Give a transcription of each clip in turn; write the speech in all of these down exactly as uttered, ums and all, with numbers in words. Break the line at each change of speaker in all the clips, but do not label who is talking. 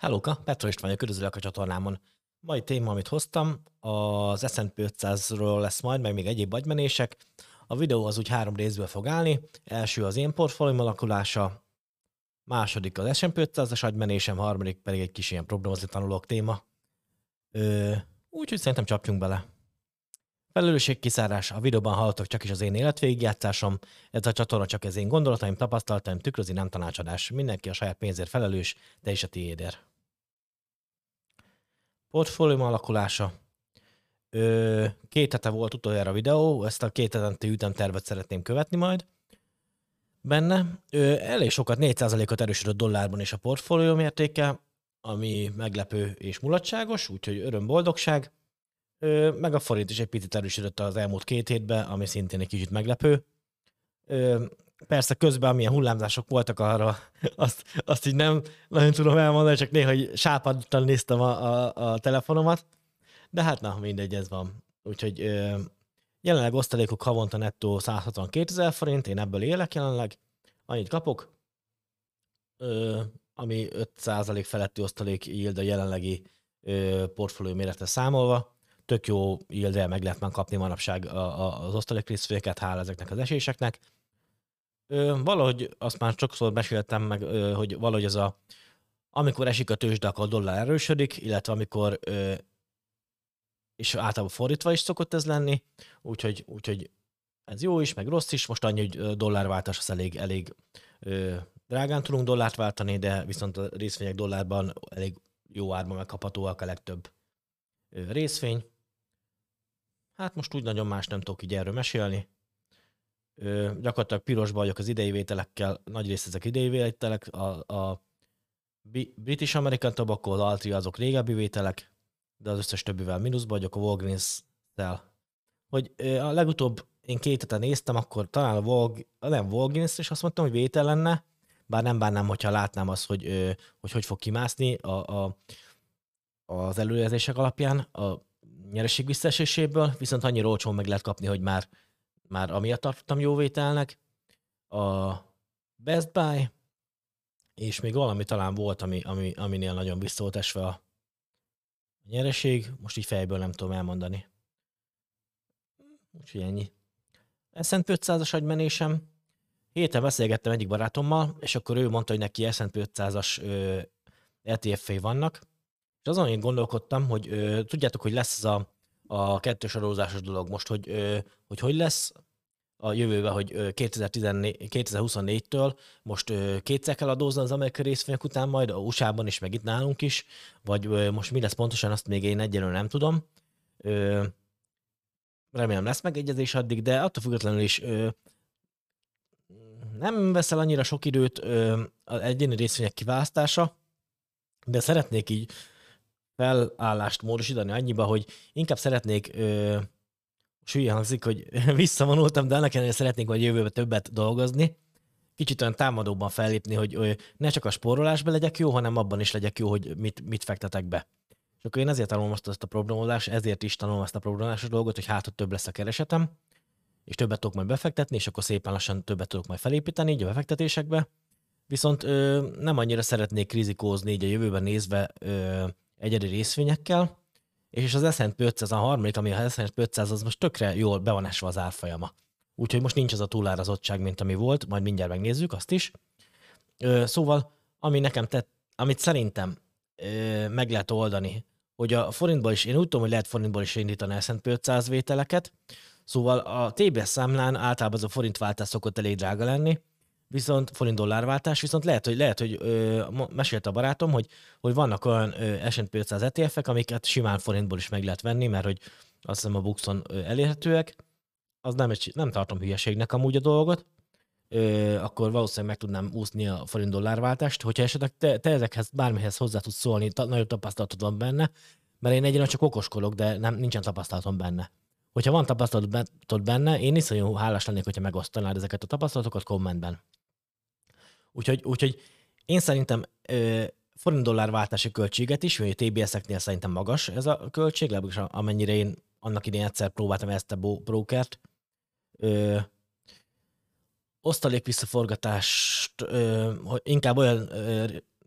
Hellóka, Petro István vagyok, üdvözlök a csatornámon. Mai téma, amit hoztam, az es and pé ötszázról lesz majd, meg még egyéb agymenések. A videó az úgy három részből fog állni. Első az én portfólium alakulása, második az es and pé ötszázas agymenésem, harmadik pedig egy kis ilyen prognozni tanulók téma. Ö, úgyhogy szerintem csapjunk bele. Felelősségkiszárás. A videóban hallottok csak is az én életvégigjátszásom. Ez a csatorna csak az én gondolataim, tapasztalataim tükrözi, nem tanácsadás. Mindenki a saját pénzért felelős, te is a tiédért. Portfólium alakulása. Ö, két hete volt utoljára a videó, ezt a két hetenti ütemtervet szeretném követni majd benne. Ö, elég sokat, négy százalékot erősödött dollárban is a portfólium értéke, ami meglepő és mulatságos, úgyhogy öröm, boldogság. Ö, meg a forint is egy picit erősödött az elmúlt két hétben, ami szintén egy kicsit meglepő. Ö, persze közben, amilyen hullámzások voltak arra, azt, azt így nem nagyon tudom elmondani, csak néha sápadtan néztem a, a, a telefonomat. De hát na, mindegy, ez van. Úgyhogy ö, jelenleg osztalékok havonta nettó száz hatvankétezer forint, én ebből élek jelenleg. Annyit kapok, ö, ami öt százalék feletti osztalék yield a jelenlegi ö, portfólió méretre számolva. Tök jó yield-rel meg lehet már kapni manapság a, a, az osztalék részvényeket, hála ezeknek az eséseknek. Ö, valahogy azt már sokszor meséltem meg, ö, hogy valahogy ez a amikor esik a tőzsde, akkor a dollár erősödik, illetve amikor ö, és általában fordítva is szokott ez lenni, úgyhogy, úgyhogy ez jó is, meg rossz is. Most annyi, hogy dollárváltás az elég, elég ö, drágán tudunk dollárt váltani, de viszont a részvények dollárban elég jó árban megkaphatóak a legtöbb ö, részvény. Hát most úgy nagyon más nem tudok így erről mesélni. Ö, gyakorlatilag pirosba vagyok az idei vételekkel, nagy rész ezek idei vételek, a, a British American Tobacco, az Altria azok régebbi vételek, de az összes többivel mínuszban vagyok, a Walgreens-tel. Hogy a legutóbb én két hete néztem, akkor talán a Walg, nem Walgreens, és azt mondtam, hogy vétel lenne, bár nem bánnám, hogyha látnám azt, hogy hogy, hogy fog kimászni a, a, az előrejelzések alapján a nyereség visszaeséséből, viszont annyira olcsón meg lehet kapni, hogy már, már amiatt tartottam jó vételnek. A Best Buy, és még valami talán volt, ami, ami, aminél nagyon vissza volt esve a nyereség, most így fejből nem tudom elmondani. Úgyhogy ennyi. es and pé ötszázas agymenésem. Héten beszélgettem egyik barátommal, és akkor ő mondta, hogy neki es and pé ötszázas é té ef-ei vannak, és azon én gondolkodtam, hogy ö, tudjátok, hogy lesz ez a, a kettős adózásos dolog most, hogy, ö, hogy hogy lesz a jövőben, hogy kétezer-huszonnégytől most ö, kétszer kell adózni az amerikai részvények után majd, a u es á-ban is, meg itt nálunk is, vagy ö, most mi lesz pontosan, azt még én egyelőre nem tudom. Ö, remélem lesz megegyezés addig, de attól függetlenül is ö, nem veszel annyira sok időt ö, az egyéni részvények kiválasztása, de szeretnék így felállást módosítani annyiba, hogy inkább szeretnék, ö, súlyan hangzik, hogy visszavonultam, de annak ellenére szeretnék majd jövőben többet dolgozni, kicsit olyan támadóban fellépni, hogy ö, ne csak a spórolásban legyek jó, hanem abban is legyek jó, hogy mit, mit fektetek be. És akkor én ezért tanulom most ezt a programozást, ezért is tanulom ezt a programozásos dolgot, hogy hát, hogy több lesz a keresetem, és többet tudok majd befektetni, és akkor szépen lassan többet tudok majd felépíteni így a befektetésekbe. Viszont ö, nem annyira szeretnék rizikózni így a jövőben nézve ö, egyedi részvényekkel, és az es and pé ötszáz a harmadik, ami az es and pé ötszáz az most tökre jól be van esve az árfolyama. Úgyhogy most nincs az a túlárazottság, mint ami volt, majd mindjárt megnézzük azt is. Ö, szóval, ami nekem tett, amit szerintem ö, meg lehet oldani, hogy a forintból is, én úgy tudom, hogy lehet forintból is indítani es and pé ötszáz vételeket, szóval a té bé es számlán általában az a forintváltás szokott elég drága lenni, viszont forint-dollárváltás, viszont lehet, hogy, lehet, hogy ö, mesélte a barátom, hogy, hogy vannak olyan ö, es and pé ötszáz é té ef-ek, amiket simán forintból is meg lehet venni, mert hogy azt hiszem a Buxon ö, elérhetőek. Az nem, nem tartom hülyeségnek amúgy a dolgot. Ö, akkor valószínűleg meg tudnám úszni a forint-dollárváltást, hogyha esetleg te, te ezekhez bármihez hozzá tudsz szólni, ta, nagyobb tapasztalatod van benne, mert én egyébként csak okoskodok, de nem, nincsen tapasztalatom benne. Hogyha van tapasztalatod benne, én iszonyú hálás lennék, hogyha megosztanád ezeket a tapasztalatokat kommentben. Úgyhogy, úgyhogy én szerintem ö, forint-dollár váltási költséget is, vagy a té bé es-eknél szerintem magas ez a költség, legalábbis amennyire én annak idén egyszer próbáltam ezt a brokert. Ö, osztalék visszaforgatást, ö, hogy inkább olyan ö,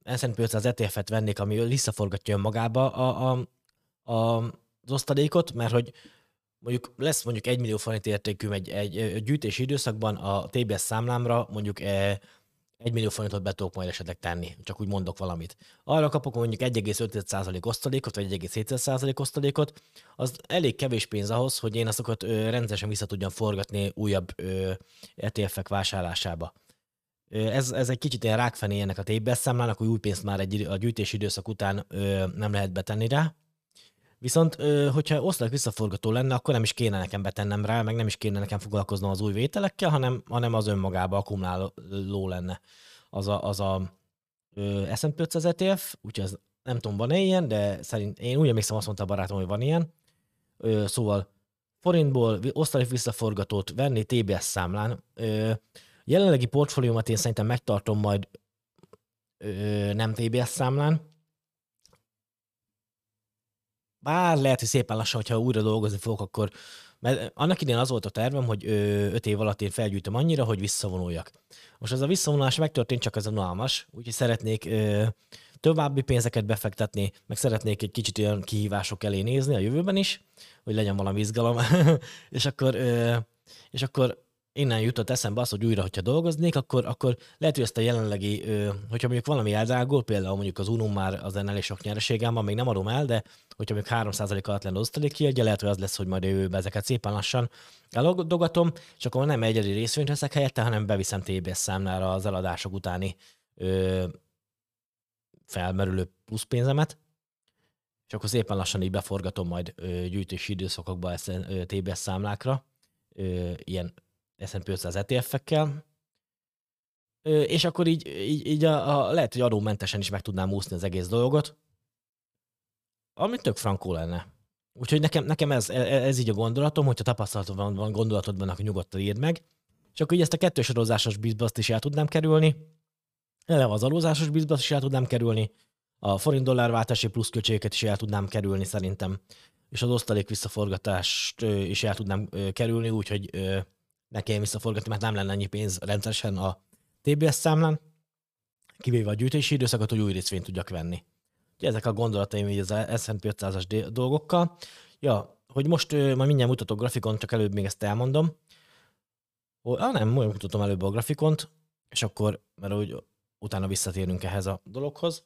es and pé ötszáz é té ef-et vennék, ami visszaforgatja önmagába a, a, a, az osztalékot, mert hogy mondjuk lesz mondjuk egy millió forint értékű egy, egy, egy gyűjtési időszakban a té bé es számlámra mondjuk egy millió forintot be tudok majd esetleg tenni, csak úgy mondok valamit. Arra kapok mondjuk egy egész öt százalék osztalékot, vagy egy egész hét százalék osztalékot, az elég kevés pénz ahhoz, hogy én azokat ö, rendszeresen vissza tudjam forgatni újabb ö, é té ef-ek vásárlásába. Ö, ez, ez egy kicsit ilyen rákfené ennek a té bé es számlának, hogy új pénzt már egy, a gyűjtési időszak után ö, nem lehet betenni rá. Viszont, hogyha osztalék visszaforgató lenne, akkor nem is kéne nekem betennem rá, meg nem is kéne nekem foglalkoznom az új vételekkel, hanem, hanem az önmagába akkumuláló lenne az a, az a es and pé ötszáz é té ef, úgyhogy ez, nem tudom, van-e ilyen, de szerint én úgy emlékszem, azt mondta a barátom, hogy van ilyen. Szóval forintból osztalék visszaforgatót venni té bé es számlán. Jelenlegi portfóliómat én szerintem megtartom majd nem té bé es számlán, bár lehet, hogy szépen lassan, hogyha újra dolgozni fogok, akkor... Mert annak idén az volt a tervem, hogy öt év alatt én felgyűjtöm annyira, hogy visszavonuljak. Most ez a visszavonulás megtörtént, csak ez a unalmas, úgyhogy szeretnék ö, további pénzeket befektetni, meg szeretnék egy kicsit olyan kihívások elé nézni a jövőben is, hogy legyen valami izgalom. és, akkor, ö, és akkor innen jutott eszembe az, hogy újra, hogyha dolgoznék, akkor, akkor lehet, hogy ezt a jelenlegi, hogyha mondjuk valami eldrágul, például mondjuk az Unum már az elég sok nyereségem van, még nem adom el, de hogyha mondjuk három százalék alatt lenne osztalék kiadja, lehet, hogy az lesz, hogy majd a jövőben ezeket szépen lassan eladogatom, és akkor nem egyedi részvényt veszek helyette, hanem beviszem té bé es számlára az eladások utáni ö, felmerülő pluszpénzemet, és akkor szépen lassan így beforgatom majd ö, gyűjtési időszakokba ezt ö, té bé es számlákra, ö, ilyen es and pé ötszáz é té ef-ekkel, és akkor így, így, így a, a, lehet, hogy adómentesen is meg tudnám úszni az egész dolgot, ami tök frankó lenne. Úgyhogy nekem, nekem ez, ez így a gondolatom, hogyha tapasztalatod van, van gondolatod van, akkor nyugodtan írd meg, és akkor így ezt a kettős adózásos bizbaszt is el tudnám kerülni, eleve az adózásos bizbaszt is el tudnám kerülni, a forint-dollár váltási pluszköltségeket is el tudnám kerülni szerintem, és az osztalék visszaforgatást is el tudnám kerülni, úgyhogy ne kelljen visszaforgatni, mert nem lenne ennyi pénz rendszeresen a té bé es számlán, kivéve a gyűjtési időszakot, hogy új részvényt tudjak venni. Úgyhogy ezek a gondolataim így az es and pé ötszázas dolgokkal. Ja, hogy most uh, majd mindjárt mutatok grafikont, csak előbb még ezt elmondom. Oh, ah nem, majd mutatom előbb a grafikont, és akkor, mert úgy utána visszatérünk ehhez a dologhoz.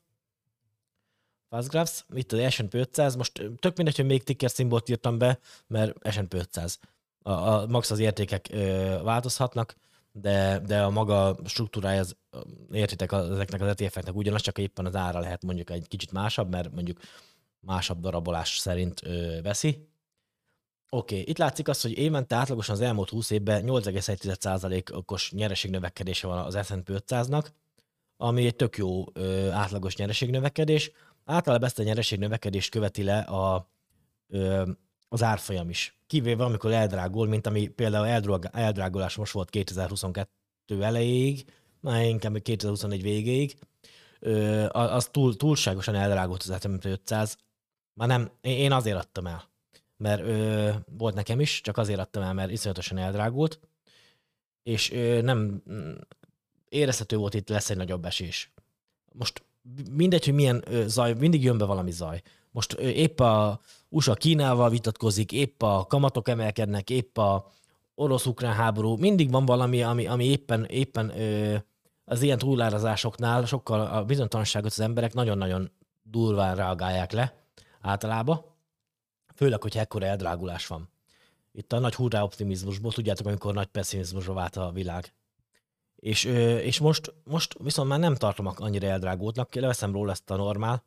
Fastgraphs, itt az es and pé ötszáz, most tök mindegy, hogy még ticker szimbolt írtam be, mert es and pé ötszáz. A, a max az értékek ö, változhatnak, de, de a maga struktúrája, az, értitek, az, ezeknek az é té ef-eknek ugyanaz, csak éppen az ára lehet mondjuk egy kicsit másabb, mert mondjuk másabb darabolás szerint ö, veszi. Oké, okay, itt látszik az, hogy évente átlagosan az elmúlt húsz évben nyolc egész egy százalékos nyereségnövekedése van az es and pé ötszáznak, ami egy tök jó ö, átlagos nyereségnövekedés. Általában ezt a nyereségnövekedést követi le a, ö, az árfolyam is. Kivéve, amikor eldrágul, mint ami például eldrágulás most volt kétezer-huszonkettő elejéig, már inkább kétezer-huszonnégy végéig, ö, az túl, túlságosan eldrágult az es and pé ötszáz. Már nem, én azért adtam el, mert ö, volt nekem is, csak azért adtam el, mert iszonyatosan eldrágult, és ö, nem érezhető volt, itt lesz egy nagyobb esés. Most mindegy, hogy milyen ö, zaj, mindig jön be valami zaj. Most ö, épp a u es á Kínával vitatkozik, épp a kamatok emelkednek, épp a orosz-ukrán háború, mindig van valami, ami, ami éppen, éppen ö, az ilyen túlárazásoknál sokkal a bizonytalanságot az emberek nagyon-nagyon durván reagálják le általában, főleg, hogy ekkora eldrágulás van. Itt a nagy hurrá optimizmusból, tudjátok, amikor nagy pessimizmusba vált a világ. És, és most, most viszont már nem tartom annyira eldrágultnak, leveszem róla ezt a normál.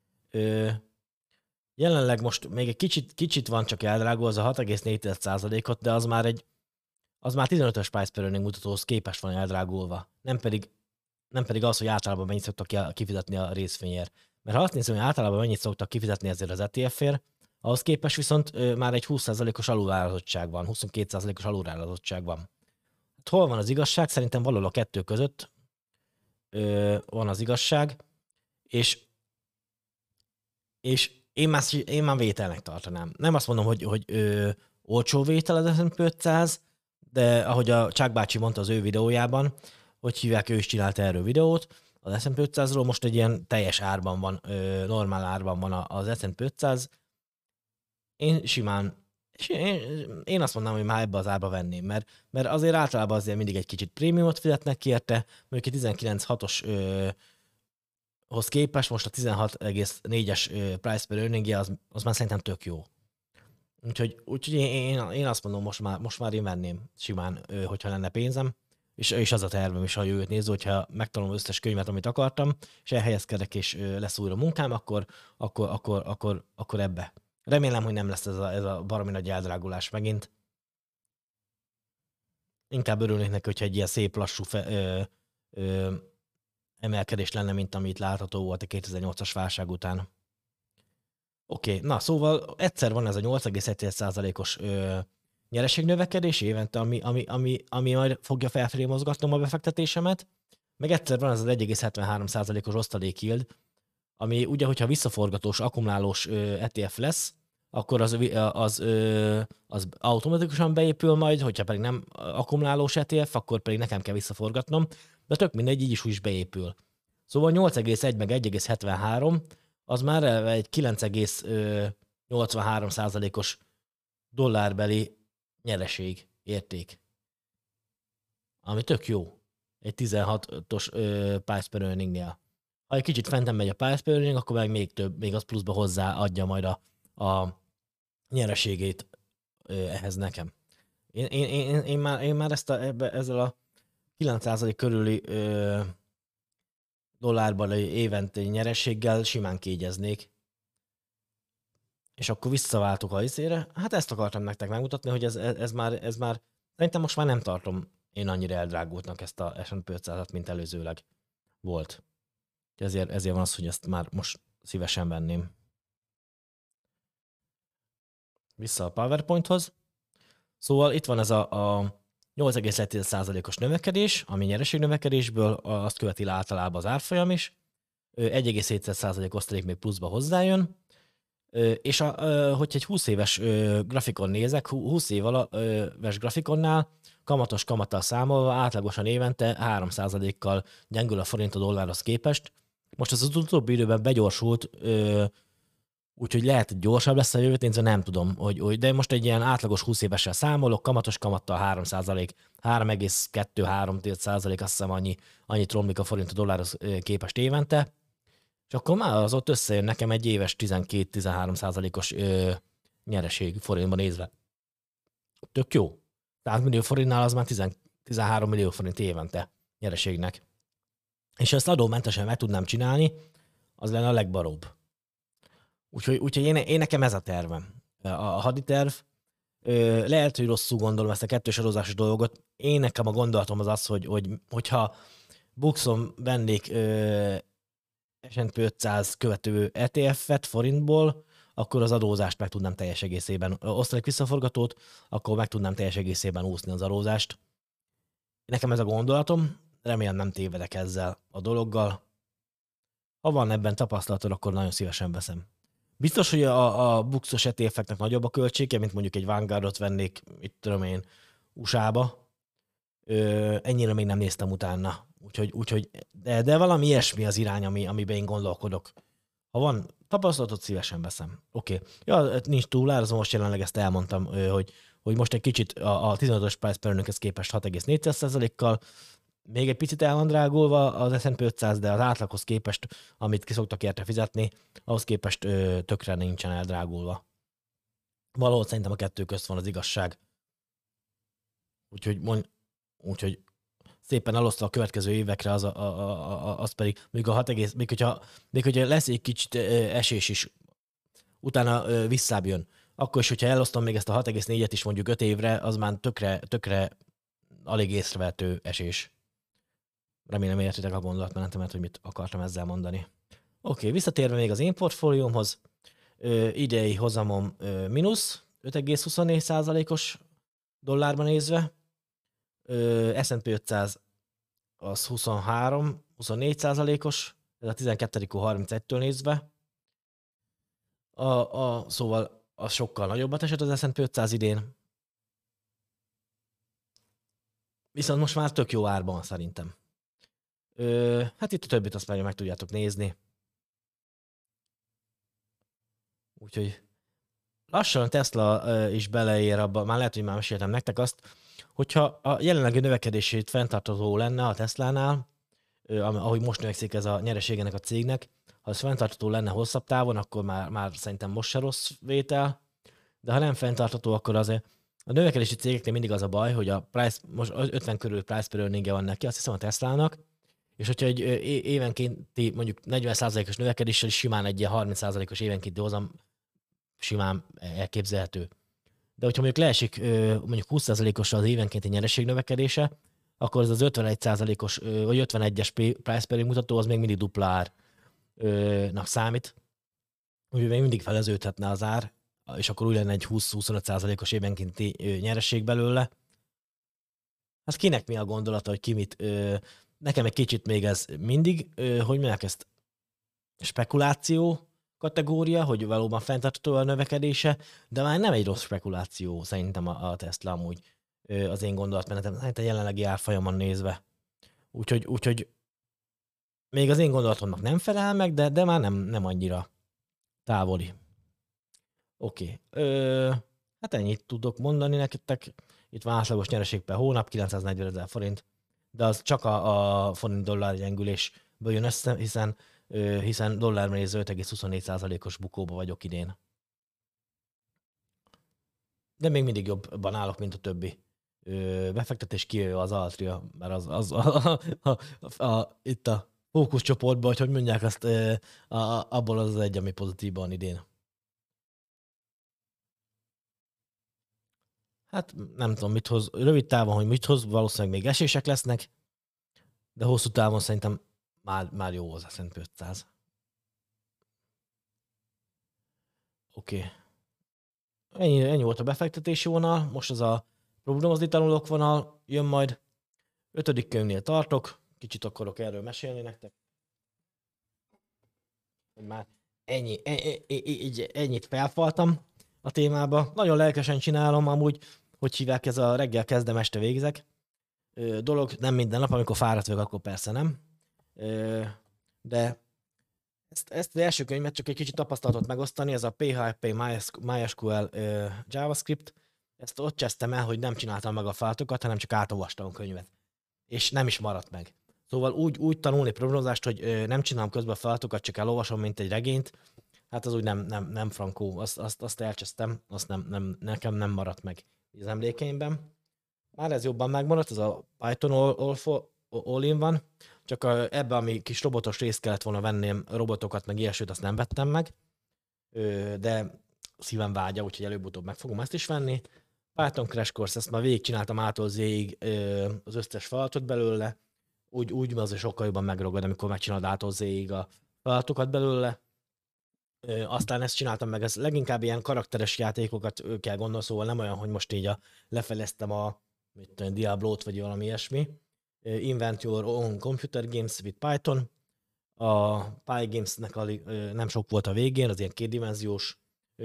Jelenleg most még egy kicsit, kicsit van csak eldrágul, az a hat egész négy százalékot, de az már egy az már tizenötös price per earning mutatóhoz képest van eldrágulva. Nem pedig, nem pedig az, hogy általában mennyit szoktak kifizetni a részvényért. Mert ha azt nézem, hogy általában mennyit szoktak kifizetni ezért az é té ef-ért, ahhoz képest viszont ö, már egy húsz százalékos alulárazottság van, huszonkettő százalékos alulárazottság van. Hát hol van az igazság? Szerintem valahol a kettő között ö, van az igazság, és, és én, már, én már vételnek tartanám. Nem azt mondom, hogy, hogy ö, olcsó vétel az es and pé ötszáz, de ahogy a Csák bácsi mondta az ő videójában, hogy hívják, ő is csinált erről videót, az es and pé ötszázról, most egy ilyen teljes árban van, ö, normál árban van az es and pé ötszáz. Én simán, én, én azt mondanám, hogy már ebbe az árba venném, mert, mert azért általában azért mindig egy kicsit prémiumot fizetnek ki érte, mondjuk egy tizenkilenc hatos hoz képest most a tizenhat egész négyes price per earning az, az már szerintem tök jó. Úgyhogy, úgyhogy én, én, én azt mondom, most már, most már én venném simán, hogyha lenne pénzem, és, és az a tervem is, ha a jövőt nézve, hogyha megtanulom összes könyvet, amit akartam, és elhelyezkedek, és lesz újra munkám, akkor, akkor, akkor, akkor, akkor ebbe. Remélem, hogy nem lesz ez a, ez a baromi nagy eldrágulás megint. Inkább örülnék neki, hogyha egy ilyen szép, lassú fe, ö, ö, emelkedés lenne, mint amit látható volt a kétezer-nyolcas válság után. Oké, okay, na szóval egyszer van ez a nyolc egész egy százalékos nyereségnövekedés évente, ami, ami, ami, ami majd fogja felfelé mozgatnom a befektetésemet, meg egyszer van ez az egy egész hetvenhárom százalékos osztalék yield, ami ugye, hogyha visszaforgatós, akkumulálós é té ef lesz, akkor az, az, az automatikusan beépül majd, hogyha pedig nem akkumulálós é té ef, akkor pedig nekem kell visszaforgatnom, de tök mindegy, így is úgy is beépül. Szóval nyolc egész egy meg egy egész hetvenhárom az már egy kilenc egész nyolcvanhárom százalékos dollárbeli nyereség érték. Ami tök jó. Egy tizenhatos price per earningnél. Ha egy kicsit fentem megy a price per earning, akkor meg még több, még az pluszba hozzáadja majd a, a nyereségét ehhez nekem. Én, én, én, én, már, én már ezt a, ebbe, ezzel a kilenc százalék körüli ö, dollárban évente nyerességgel simán kiegyeznék. És akkor visszaváltok a izére. Hát ezt akartam nektek megmutatni, hogy ez, ez, már, ez már, szerintem most már nem tartom én annyira eldrágultnak ezt a es and pé ötszázat, mint előzőleg volt. Ezért, ezért van az, hogy ezt már most szívesen venném. Vissza a PowerPointhoz. Szóval itt van ez a, a nyolc egész egy százalékos növekedés, ami nyereségnövekedésből, azt követi általában az árfolyam is. egy egész hét százalék osztalék még pluszba hozzájön. És a, hogyha egy húsz éves grafikon nézek, húsz éves grafikonnál kamatos kamattal számolva átlagosan évente három százalékkal gyengül a forint a dollárhoz képest. Most ez az utóbbi időben begyorsult, úgyhogy lehet, hogy gyorsabb lesz a jövőt nézve, nem tudom, hogy, hogy, de most egy ilyen átlagos húsz évessel számolok, kamatos kamattal három százalék, három egész kettő három százalék, azt hiszem annyi, annyit romlik a forint a dollárhoz képest évente. És akkor már az ott összejön nekem egy éves tizenkét-tizenhárom százalékos ö, nyereség forintban nézve. Tök jó. száz millió forintnál az már tíz, tizenhárom millió forint évente nyereségnek. És ezt adómentesen meg tudnám csinálni, az lenne a legbaróbb. Úgyhogy, úgyhogy én, én nekem ez a tervem. A, a haditerv. Ö, lehet, hogy rosszul gondolom ezt a kettős adózásos dolgot. Én nekem a gondolatom az az, hogy, hogy hogyha Buxon vennék ö, es and pé ötszáz követő é té ef-et forintból, akkor az adózást meg tudnám teljes egészében, osztalék visszaforgatót, akkor meg tudnám teljes egészében úszni az adózást. Nekem ez a gondolatom, remélem nem tévedek ezzel a dologgal. Ha van ebben tapasztalatod, akkor nagyon szívesen veszem. Biztos, hogy a, a buxos é té ef-eknek nagyobb a költsége, mint mondjuk egy Vanguardot vennék, itt tudom én, u es á-ba. Ö, ennyire még nem néztem utána. Úgyhogy, úgyhogy de, de valami ilyesmi az irány, ami, amiben én gondolkodok. Ha van tapasztalatot, szívesen veszem. Oké. Okay. Ja, nincs túl árazom, most jelenleg ezt elmondtam, hogy, hogy most egy kicsit a, a tizenötös price per earninghez képest hat egész négy százalékkal még egy picit el van drágulva az es and pé ötszáz, de az átlaghoz képest, amit ki szoktak érte fizetni, ahhoz képest ö, tökre nincsen eldrágulva. Valahol szerintem a kettő közt van az igazság. Úgyhogy, mondj, úgyhogy szépen elosztva a következő évekre, az, a, a, a, az pedig, még a hat egész, még hogyha, még hogyha lesz egy kicsit esés is, utána visszább jön, akkor is, hogyha elosztom még ezt a hat egész négyet is mondjuk öt évre, az már tökre, tökre alig észrevehető esés. Remélem értitek a gondolatmenetemet, hogy mit akartam ezzel mondani. Oké, okay, visszatérve még az én portfóliómhoz, ö, idei hozamom ö, mínusz, öt egész huszonnégy százalékos dollárban nézve, ö, es and pé ötszáz az huszonhárom huszonnégy százalékos, ez a tizenkettő harmincegytől nézve. A, a, szóval az sokkal nagyobbat esett az es and pé ötszáz idén. Viszont most már tök jó árban szerintem. Ö, hát itt a többit azt már meg tudjátok nézni. Úgyhogy lassan a Tesla ö, is beleér abba, már lehet, hogy már meséltem nektek azt, hogyha a jelenlegi növekedését fenntartható lenne a Teslánál, ö, ahogy most növekszik ez a nyereségenek a cégnek, ha ez fenntartható lenne hosszabb távon, akkor már, már szerintem most se rossz vétel, de ha nem fenntartható, akkor azért a növekedési cégeknél mindig az a baj, hogy a price, most ötven körül price per earning van neki, azt hiszem a Teslának, és hogyha egy évenkénti mondjuk negyven százalékos növekedéssel is simán egy ilyen harminc százalékos évenkénti hozam simán elképzelhető. De hogyha mondjuk leesik mondjuk húsz százalékos az évenkénti nyereség növekedése, akkor ez az ötvenegy százalékos vagy ötvenegyes price per mutató az még mindig dupla árnak számít. Úgyhogy még mindig feleződhetne az ár, és akkor úgy lenne egy húsz-huszonöt százalékos évenkénti nyereség belőle. Hát kinek mi a gondolata, hogy ki mit... Nekem egy kicsit még ez mindig, hogy mondják ezt, spekuláció kategória, hogy valóban fenntartható a növekedése, de már nem egy rossz spekuláció szerintem a, a Tesla amúgy az én gondolatmenetem, hát a jelenlegi árfolyamon nézve. Úgyhogy, úgyhogy még az én gondolatomnak nem felel meg, de, de már nem, nem annyira távoli. Oké. Okay. Hát ennyit tudok mondani nektek. Itt van átlagos nyereség per hónap, kilencszáznegyven ezer forint, de az csak a, a forint-dollár gyengülésből jön össze, hiszen, hiszen dollárban nézve öt egész huszonnégy százalékos bukóba vagyok idén. De még mindig jobban állok, mint a többi befektetés, kijöjjön az Altria, mert az, az a, a, a, a, itt a fókuszcsoportban, hogy hogy mondják azt, a, a, abból az az egy, ami pozitívban idén. Hát nem tudom, mit hoz. Rövid távon, hogy mit hoz, valószínűleg még esések lesznek, de hosszú távon szerintem már, már jó az es and pé ötszáz. Oké. Okay. Ennyi, ennyi volt a befektetési vonal, most az a prognózni tanulók vonal jön majd. Ötödik könyvnél tartok, kicsit akarok erről mesélni nektek. Már ennyi, ennyi, ennyi, ennyit felfaltam a témába. Nagyon lelkesen csinálom amúgy, hogy hívják, ez a reggel kezdem, este végzek dolog, nem minden nap, amikor fáradt vagyok, akkor persze nem. De ezt, ezt az első könyvet csak egy kicsit tapasztalatot megosztani, ez a pé há pé MySQL JavaScript, ezt ott csesztem el, hogy nem csináltam meg a feladatokat, hanem csak átolvastam a könyvet. És nem is maradt meg. Szóval úgy, úgy tanulni prognózást, hogy nem csinálom közben a feladatokat, csak elolvasom, mint egy regényt, hát az úgy nem, nem, nem frankó, azt, azt, azt elcsesztem, azt nem, nem, nekem nem maradt meg az emlékeimben. Már ez jobban megmaradt, ez a Python all-in van, csak a, ebbe, ami kis robotos részt kellett volna venném, robotokat, meg ilyesőt, azt nem vettem meg, de szívem vágya, úgyhogy előbb-utóbb meg fogom ezt is venni. Python Crash Course, ezt már végigcsináltam ától zéig az összes feladatot belőle, úgy, úgy azért sokkal jobban megragad, amikor megcsinálod ától zéig a feladatokat belőle. Aztán ezt csináltam meg, ez leginkább ilyen karakteres játékokat kell gondolni, szóval nem olyan, hogy most így a, lefeleztem a mit tudom, Diablo-t, vagy valami ilyesmi. Invent your own computer games with Python. A PyGamesnek nem sok volt a végén, az ilyen kétdimenziós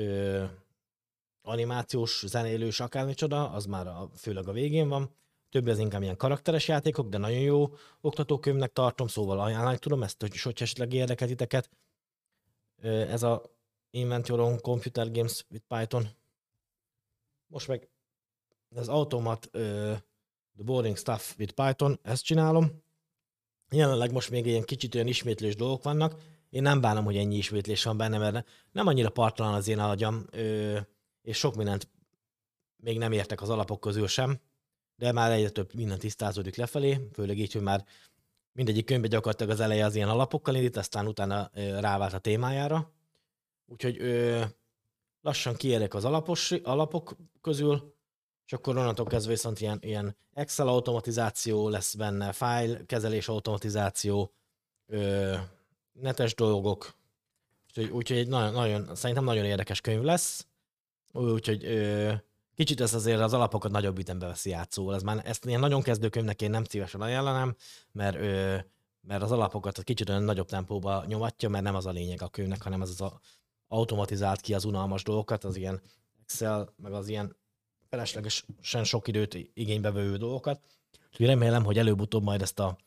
animációs, zenélős, akármicsoda, az már a, főleg a végén van. Többi az inkább ilyen karakteres játékok, de nagyon jó oktatókönyvnek tartom, szóval ajánlani tudom ezt, hogy, hogy esetleg érdekel titeket. Ez a Invent Your Own Computer Games with Python. Most meg az Automat uh, The Boring Stuff with Python, ezt csinálom. Jelenleg most még ilyen kicsit olyan ismétlős dolgok vannak. Én nem bánom, hogy ennyi ismétlés van benne, mert nem annyira partalan az én agyam, uh, és sok mindent még nem értek az alapok közül sem, de már egyre több minden tisztázódik lefelé, főleg így, hogy már mindegyik könyvben gyakorlatilag az eleje az ilyen alapokkal indít, aztán utána ö, rávált a témájára. Úgyhogy ö, lassan kiérek az alapos, alapok közül, és akkor onnantól kezdve viszont ilyen, ilyen Excel automatizáció lesz benne, file kezelés automatizáció, ö, netes dolgok. Úgyhogy, úgyhogy egy nagyon, nagyon, szerintem nagyon érdekes könyv lesz. Úgyhogy ö, kicsit ez azért az alapokat nagyobb ütembe veszi át, szóval ez már, ezt ilyen nagyon kezdőkönyvnek én nem szívesen ajánlanám, mert, ö, mert az alapokat kicsit olyan nagyobb tempóba nyomatja, mert nem az a lényeg a könyvnek, hanem az az automatizált ki az unalmas dolgokat, az ilyen Excel, meg az ilyen feleslegesen sok időt igénybe vevő dolgokat. Úgyhogy remélem, hogy előbb-utóbb majd ezt a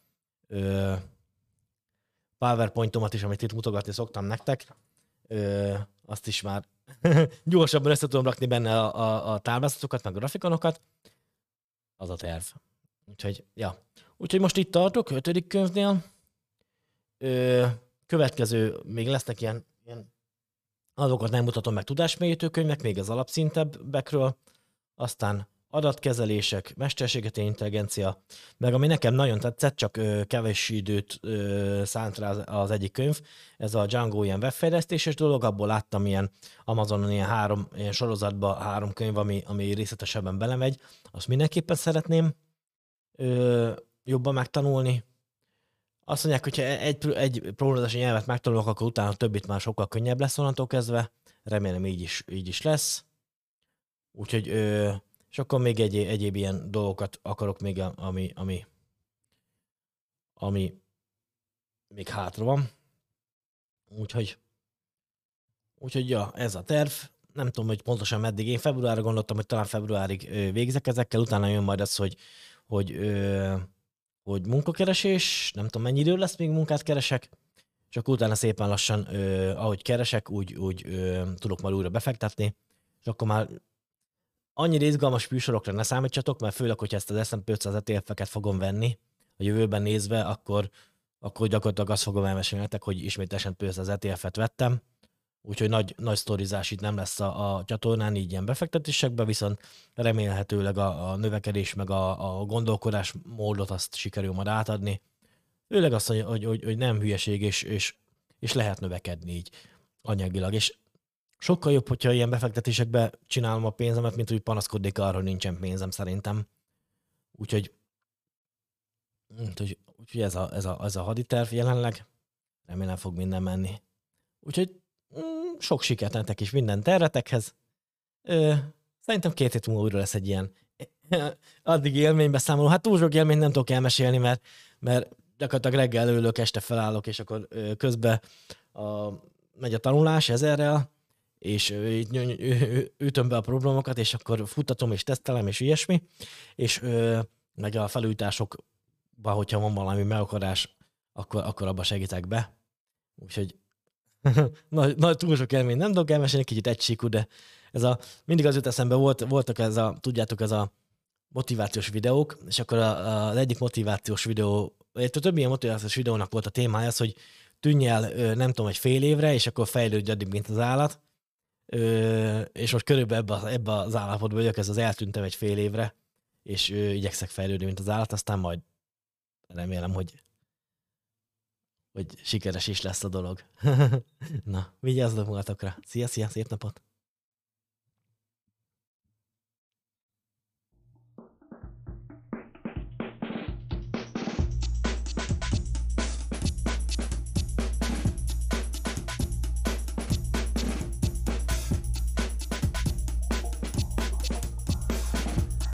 ö, PowerPointomat is, amit itt mutogatni szoktam nektek, ö, azt is már gyorsabban össze tudom rakni benne a, a, a táblázatokat, meg a grafikonokat. Az a terv. Úgyhogy, ja. Úgyhogy most itt tartok, ötödik könyvnél. Ö, következő, még lesznek ilyen, ilyen azokat nem mutatom meg tudásmélyítő könyvek, még az alapszintebbekről, aztán adatkezelések, mesterséges intelligencia, meg ami nekem nagyon tetszett, csak ö, kevés időt ö, szánt rá az, az egyik könyv, ez a Django ilyen webfejlesztéses dolog, abból láttam ilyen Amazonon ilyen három ilyen sorozatba három könyv, ami, ami részletesebben belemegy, azt mindenképpen szeretném ö, jobban megtanulni. Azt mondják, hogyha egy, egy programozási nyelvet megtanulok, akkor utána a többit már sokkal könnyebb lesz onnantól kezdve. Remélem így is, így is lesz. Úgyhogy, ö, és akkor még egy, egyéb ilyen dolgokat akarok még, ami, ami, ami még hátra van. Úgyhogy, úgyhogy ja, ez a terv. Nem tudom, hogy pontosan meddig. Én februárra gondoltam, hogy talán februárig ö, végzek ezekkel, utána jön majd az, hogy, hogy ö, hogy munkakeresés, nem tudom mennyi idő lesz, még munkát keresek, és akkor utána szépen lassan, ö, ahogy keresek, úgy, úgy ö, tudok majd újra befektetni, és akkor már annyira izgalmas műsorokra ne számítsatok, mert főleg, hogyha ezt az es and pé ötszáz é té ef-eket fogom venni a jövőben nézve, akkor, akkor gyakorlatilag azt fogom elmesélni nektek, hogy ismét es and pé ötszáz é té ef-et vettem, úgyhogy nagy, nagy sztorizás itt nem lesz a, a csatornán, így ilyen befektetésekben, viszont remélhetőleg a, a növekedés meg a, a gondolkodás módot azt sikerül majd átadni. Főleg azt, hogy, hogy, hogy, hogy nem hülyeség, és, és, és lehet növekedni így anyagilag. És sokkal jobb, hogyha ilyen befektetésekbe csinálom a pénzemet, mint úgy panaszkodnék arra, hogy nincsen pénzem szerintem. Úgyhogy, úgyhogy, úgyhogy ez, a, ez, a, ez a haditerv jelenleg. Remélem fog minden menni. Úgyhogy sok sikert nektek is minden tervetekhez. Ö, szerintem két hét múlva újra lesz egy ilyen addig élménybeszámoló. Hát túl sok élményt nem tudok elmesélni, mert, mert gyakorlatilag reggel ülök, este felállok, és akkor ö, közben a, megy a tanulás ezerrel, és ütöm be a problémokat, és akkor futtatom, és tesztelem, és ilyesmi, és ö, meg a felújításokban, hogyha van valami megakadás, akkor, akkor abba segítek be. Úgyhogy nagy, nagy túl sok élmény nem tudok elmesélni, kicsit egysíkú, de ez a, mindig az jut eszembe, volt, voltak ez a, tudjátok, ez a motivációs videók, és akkor a, a, az egyik motivációs videó, több ilyen motivációs videónak volt a témája az, hogy tűnj el, nem tudom, egy fél évre, és akkor fejlődj addig, mint az állat, és most körülbelül ebbe, ebbe az állapotban vagyok, ez az eltűntem egy fél évre, és igyekszek fejlődni, mint az állat, aztán majd remélem, hogy hogy sikeres is lesz a dolog. Na, vigyázzatok magatokra. Szia, szia, szép napot!